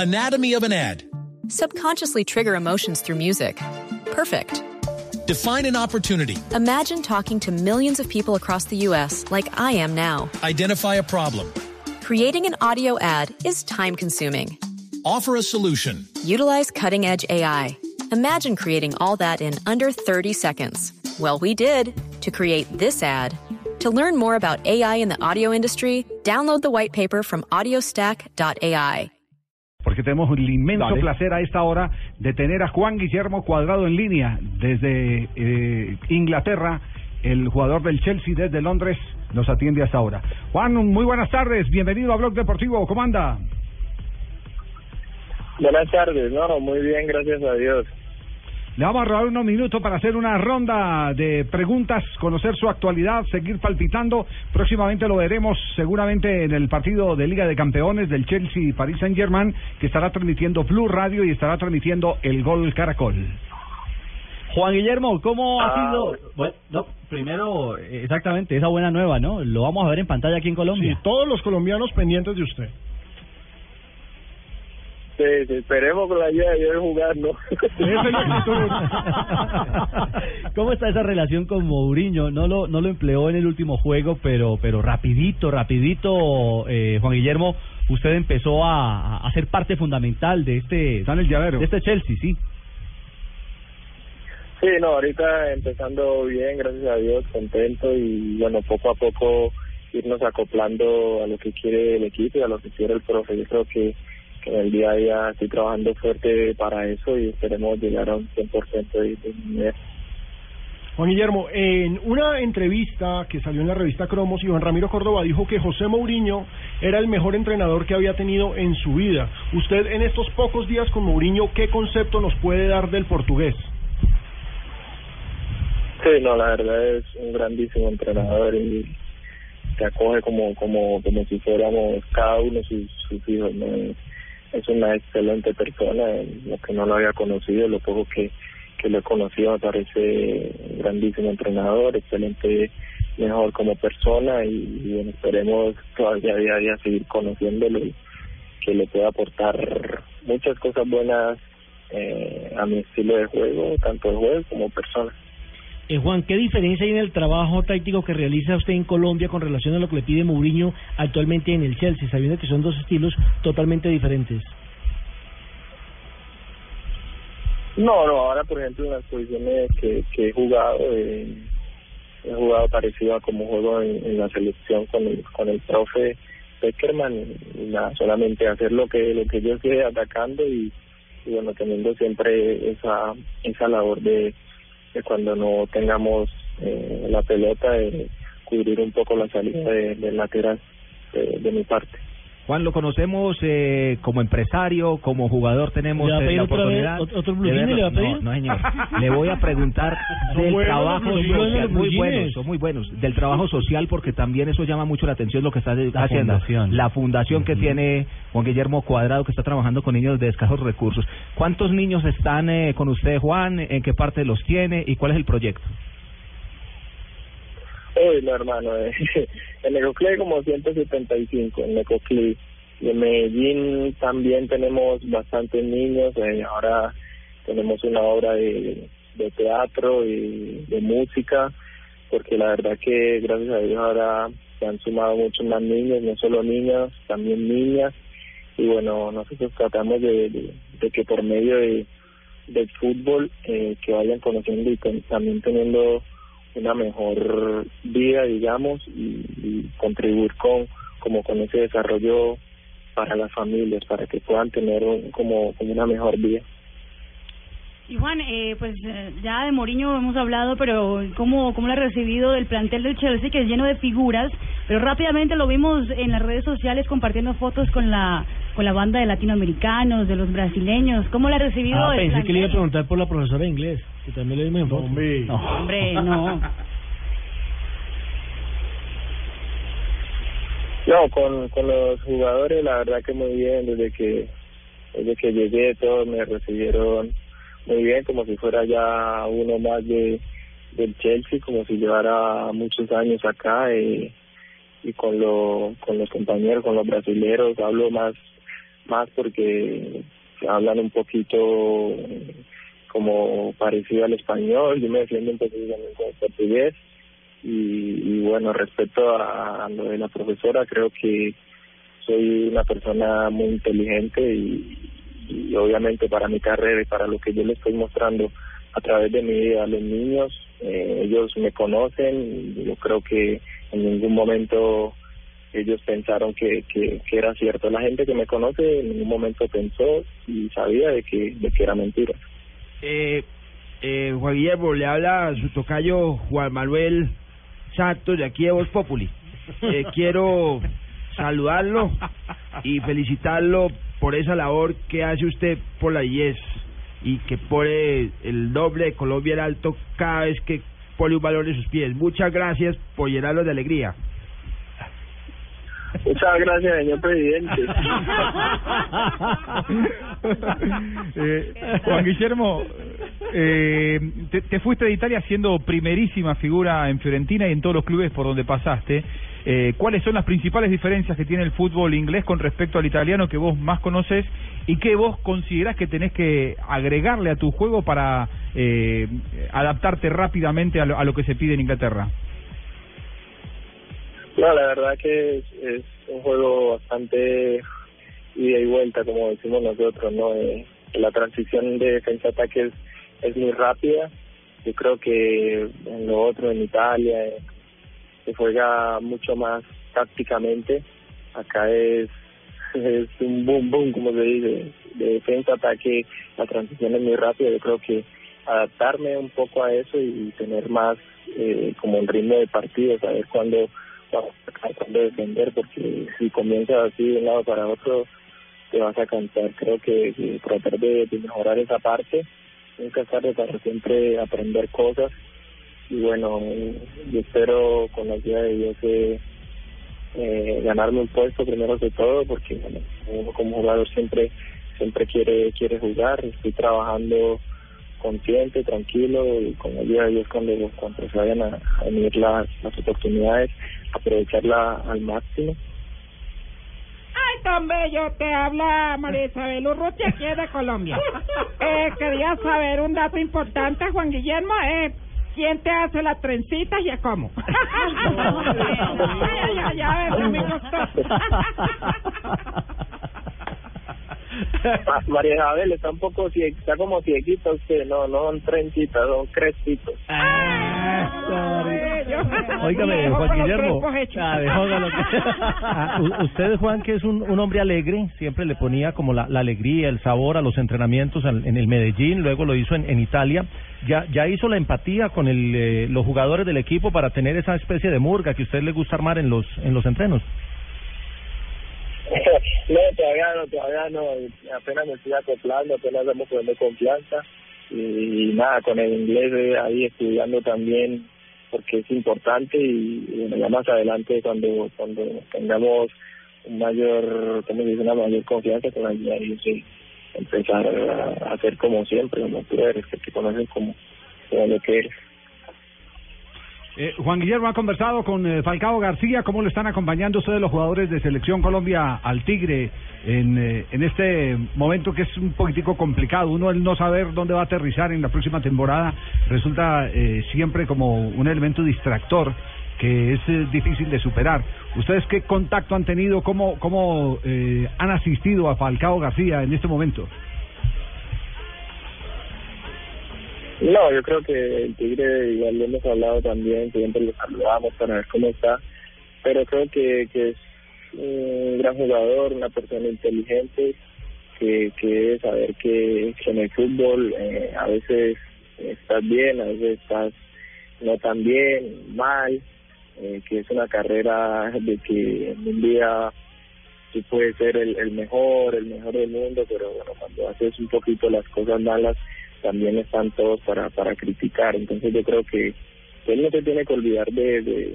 Anatomy of an ad. Subconsciously trigger emotions through music. Perfect. Define an opportunity. Imagine talking to millions of people across the U.S. like I am now. Identify a problem. Creating an audio ad is time-consuming. Offer a solution. Utilize cutting-edge AI. Imagine creating all that in under 30 seconds. Well, we did to create this ad. To learn more about AI in the audio industry, download the white paper from audiostack.ai. Porque tenemos el inmenso placer a esta hora de tener a Juan Guillermo Cuadrado en línea desde Inglaterra. El jugador del Chelsea desde Londres nos atiende hasta ahora. Juan, muy buenas tardes, bienvenido a Blog Deportivo, ¿cómo anda? Buenas tardes, muy bien, gracias a Dios. Le vamos a robar unos minutos para hacer una ronda de preguntas, conocer su actualidad, seguir palpitando. Próximamente lo veremos seguramente en el partido de Liga de Campeones del Chelsea y Paris Saint-Germain, que estará transmitiendo Blue Radio y estará transmitiendo el Gol Caracol. Juan Guillermo, ¿cómo ha sido? Bueno, primero, exactamente, esa buena nueva, ¿no? Lo vamos a ver en pantalla aquí en Colombia. Sí, todos los colombianos pendientes de usted. Sí, esperemos con la ayuda de Dios jugar, ¿no? ¿Cómo está esa relación con Mourinho? No lo empleó en el último juego, pero rapidito, Juan Guillermo, usted empezó a ser parte fundamental de está en el llavero, de este Chelsea, ¿sí? Sí, ahorita empezando bien, gracias a Dios, contento y bueno, poco a poco irnos acoplando a lo que quiere el equipo y a lo que quiere el profe. Yo creo que en el día a día estoy trabajando fuerte para eso y esperemos llegar a un 100% de nivel. Juan Guillermo, en una entrevista que salió en la revista Cromos, Iván Ramiro Córdoba dijo que José Mourinho era el mejor entrenador que había tenido en su vida. Usted, en estos pocos días con Mourinho, ¿qué concepto nos puede dar del portugués? Sí, la verdad es un grandísimo entrenador y te acoge como si fuéramos cada uno sus hijos, ¿no? Es una excelente persona, lo que no lo había conocido, lo poco que lo he conocido me parece un grandísimo entrenador, excelente, mejor como persona y bueno, esperemos todavía día a día seguir conociéndolo y que le pueda aportar muchas cosas buenas a mi estilo de juego, tanto de juego como persona. Juan, ¿qué diferencia hay en el trabajo táctico que realiza usted en Colombia con relación a lo que le pide Mourinho actualmente en el Chelsea, sabiendo que son dos estilos totalmente diferentes? Ahora por ejemplo en las posiciones que he jugado parecido a como juego en la selección con el profe Peckerman, y nada, solamente hacer lo que yo sé atacando y bueno, teniendo siempre esa labor de cuando no tengamos la pelota, cubrir un poco la salida del lateral de mi parte. Juan, lo conocemos como empresario, como jugador tenemos la oportunidad. ¿Otro blue jean le va a pedir? No, señor. Le voy a preguntar del trabajo social, muy buenos, del trabajo social, porque también eso llama mucho la atención lo que está haciendo. La fundación que tiene Juan Guillermo Cuadrado, que está trabajando con niños de escasos recursos. ¿Cuántos niños están con usted, Juan? ¿En qué parte los tiene? ¿Y cuál es el proyecto? Hermano, en Necoclí como 175, en Necoclí. Y en Medellín también tenemos bastantes niños, ahora tenemos una obra de teatro y de música, porque la verdad que gracias a Dios ahora se han sumado muchos más niños, no solo niños, también niñas, y bueno, nosotros tratamos de que por medio del fútbol que vayan conociendo y también teniendo una mejor vida, digamos, y contribuir con ese desarrollo para las familias, para que puedan tener como una mejor vida. Y Juan, ya de Mourinho hemos hablado, pero ¿cómo lo ha recibido del plantel del Chelsea, que es lleno de figuras? Pero rápidamente lo vimos en las redes sociales compartiendo fotos con la banda de latinoamericanos, de los brasileños. ¿Cómo lo ha recibido el pensé plantel? Que le iba a preguntar por la profesora de inglés, que también le dimos en fotos. Hombre, no. No, con los jugadores la verdad que muy bien, desde que llegué todos me recibieron muy bien, como si fuera ya uno más del Chelsea, como si llevara muchos años acá, y con los compañeros, con los brasileros, hablo más más porque hablan un poquito como parecido al español. Yo me defiendo un poquito también con el portugués. Y bueno, respecto a lo de la profesora, creo que soy una persona muy inteligente y obviamente para mi carrera y para lo que yo le estoy mostrando a través de mi vida a los niños, ellos me conocen y yo creo que en ningún momento ellos pensaron que era cierto. La gente que me conoce en ningún momento pensó y sabía de que era mentira. Juan Guillermo, le habla su tocayo Juan Manuel Santos de aquí de Voz Populi. Quiero saludarlo y felicitarlo por esa labor que hace usted por la IES y que pone el doble de Colombia en alto cada vez que pone un balón en sus pies. Muchas gracias por llenarlos de alegría. Muchas gracias, señor presidente. Juan Guillermo, te fuiste de Italia siendo primerísima figura en Fiorentina y en todos los clubes por donde pasaste. ¿Cuáles son las principales diferencias que tiene el fútbol inglés con respecto al italiano que vos más conoces y que vos considerás que tenés que agregarle a tu juego para adaptarte rápidamente a lo que se pide en Inglaterra? No, la verdad que es un juego bastante ida y vuelta, como decimos nosotros, ¿no? La transición de defensa-ataque es muy rápida. Yo creo que en lo otro, en Italia, se juega mucho más tácticamente. Acá es un boom, como se dice, de defensa-ataque. La transición es muy rápida. Yo creo que adaptarme un poco a eso y tener más como un ritmo de partido, saber cuándo defender, porque si comienzas así de un lado para otro te vas a cansar. Creo que tratar de mejorar esa parte, nunca es tarde para siempre aprender cosas y bueno, yo espero con la ayuda de Dios ganarme un puesto primero que todo, porque bueno, uno como jugador siempre quiere jugar. Estoy trabajando consciente, tranquilo y con la ayuda de Dios cuando se vayan a venir las oportunidades, aprovecharla al máximo. Ay, tan bello, te habla María Isabel Urrutia, aquí de Colombia. Quería saber un dato importante, Juan Guillermo, ¿quién te hace las trencitas y a cómo? Ay, me gustó. María Isabel está está como cieguita usted, no son trencitas, son crespitos. Óigame, Juan Guillermo, usted, Juan, que es un hombre alegre, siempre le ponía como la alegría, el sabor a los entrenamientos en el Medellín, luego lo hizo en Italia. Ya hizo la empatía con los jugadores del equipo para tener esa especie de murga que a usted le gusta armar en los entrenos. No, todavía no, apenas me estoy acoplando, apenas estamos poniendo confianza y nada, con el inglés ahí estudiando también porque es importante y bueno, ya más adelante cuando tengamos una mayor confianza con la guía y empezar a hacer como siempre, como tú eres, que te conocen como lo que eres. Juan Guillermo ha conversado con Falcao García. ¿Cómo le están acompañando ustedes los jugadores de Selección Colombia al Tigre en este momento que es un poquitico complicado? Uno, el no saber dónde va a aterrizar en la próxima temporada resulta siempre como un elemento distractor que es difícil de superar. ¿Ustedes qué contacto han tenido? ¿Cómo han asistido a Falcao García en este momento? No, yo creo que el Tigre, igual lo hemos hablado también, siempre lo saludamos para ver cómo está, pero creo que es un gran jugador, una persona inteligente, que debe saber que en el fútbol a veces estás bien, a veces estás no tan bien, mal, que es una carrera de que en un día tú puedes ser el mejor del mundo, pero bueno, cuando haces un poquito las cosas malas, también están todos para criticar. Entonces yo creo que él no se tiene que olvidar del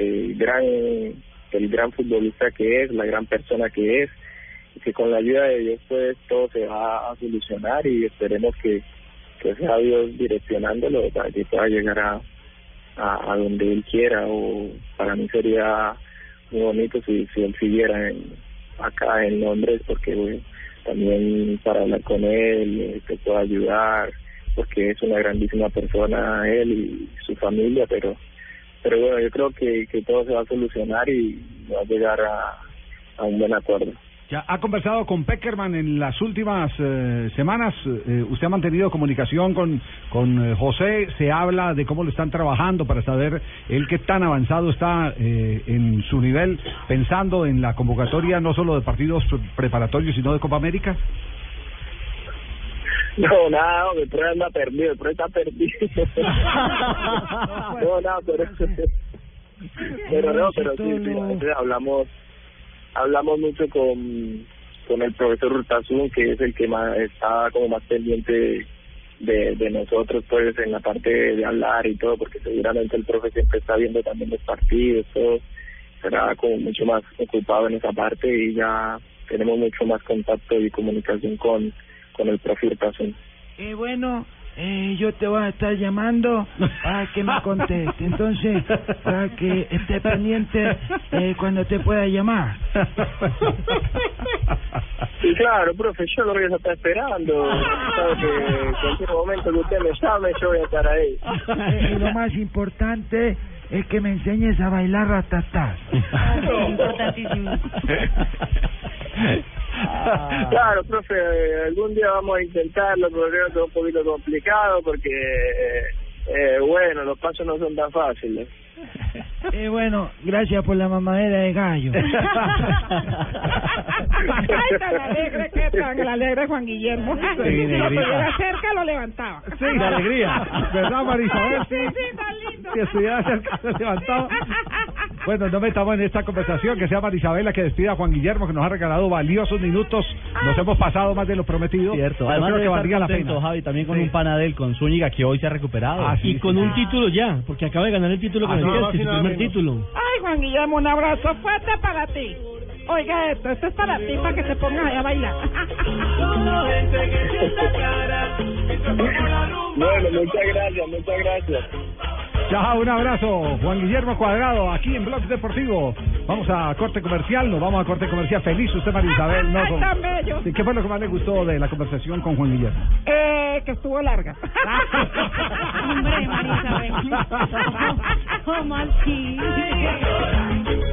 gran futbolista que es, la gran persona que es, y que con la ayuda de Dios pues todo se va a solucionar y esperemos que sea Dios direccionándolo para que pueda llegar a donde él quiera. O para mí sería muy bonito si él siguiera acá en Londres, porque bueno, también para hablar con él, que pueda ayudar, porque es una grandísima persona él y su familia, pero bueno, yo creo que todo se va a solucionar y va a llegar a un buen acuerdo. ¿Ya ha conversado con Pekerman en las últimas semanas? ¿Usted ha mantenido comunicación con José? ¿Se habla de cómo lo están trabajando para saber él qué tan avanzado está en su nivel, pensando en la convocatoria no solo de partidos preparatorios, sino de Copa América? No, nada, el pro anda perdido, el pro está perdido. No, nada, pero sí, hablamos mucho con el profesor Urtasun, que es el que más está como más pendiente de nosotros, pues, en la parte de hablar y todo, porque seguramente el profe siempre está viendo también los partidos, todo, será como mucho más ocupado en esa parte y ya tenemos mucho más contacto y comunicación con el profe Urtasun. Bueno, yo te voy a estar llamando para que me conteste, entonces para que esté pendiente cuando te pueda llamar. Sí, claro, profe, yo lo voy a estar esperando. Sabe que en cualquier momento que usted me llame, yo voy a estar ahí. Y lo más importante es que me enseñes a bailar ratatá. Importantísimo. Claro, profe, algún día vamos a intentarlo, pero creo que es un poquito complicado porque, bueno, los pasos no son tan fáciles. Bueno, gracias por la mamadera de gallo. Ay, tan alegre Juan Guillermo. Si lo tuviera cerca lo levantaba. Sí, la alegría, ¿verdad, Marisabel? Sí, tan lindo. Si estuviera cerca lo levantaba. Bueno, no metamos en esta conversación, que sea Marisabel la que despida a Juan Guillermo, que nos ha regalado valiosos minutos. Nos hemos pasado más de lo prometido. Cierto, además creo que valdría la contento, pena. Javi, también con un Panadel, con Zúñiga, que hoy se ha recuperado. Y con un título ya, porque acaba de ganar el título con el Chelsea, su primer título. Ay, Juan Guillermo, un abrazo fuerte para ti. Oiga esto es para ti, para que te pongas allá a bailar. Bueno, muchas gracias. Chao, un abrazo, Juan Guillermo Cuadrado, aquí en Blog Deportivo. Vamos a corte comercial, Feliz usted, María Isabel. No, Ay, tan bello. ¿Qué fue lo que más le gustó de la conversación con Juan Guillermo? Que estuvo larga. Hombre, María Isabel. ¿Cómo así?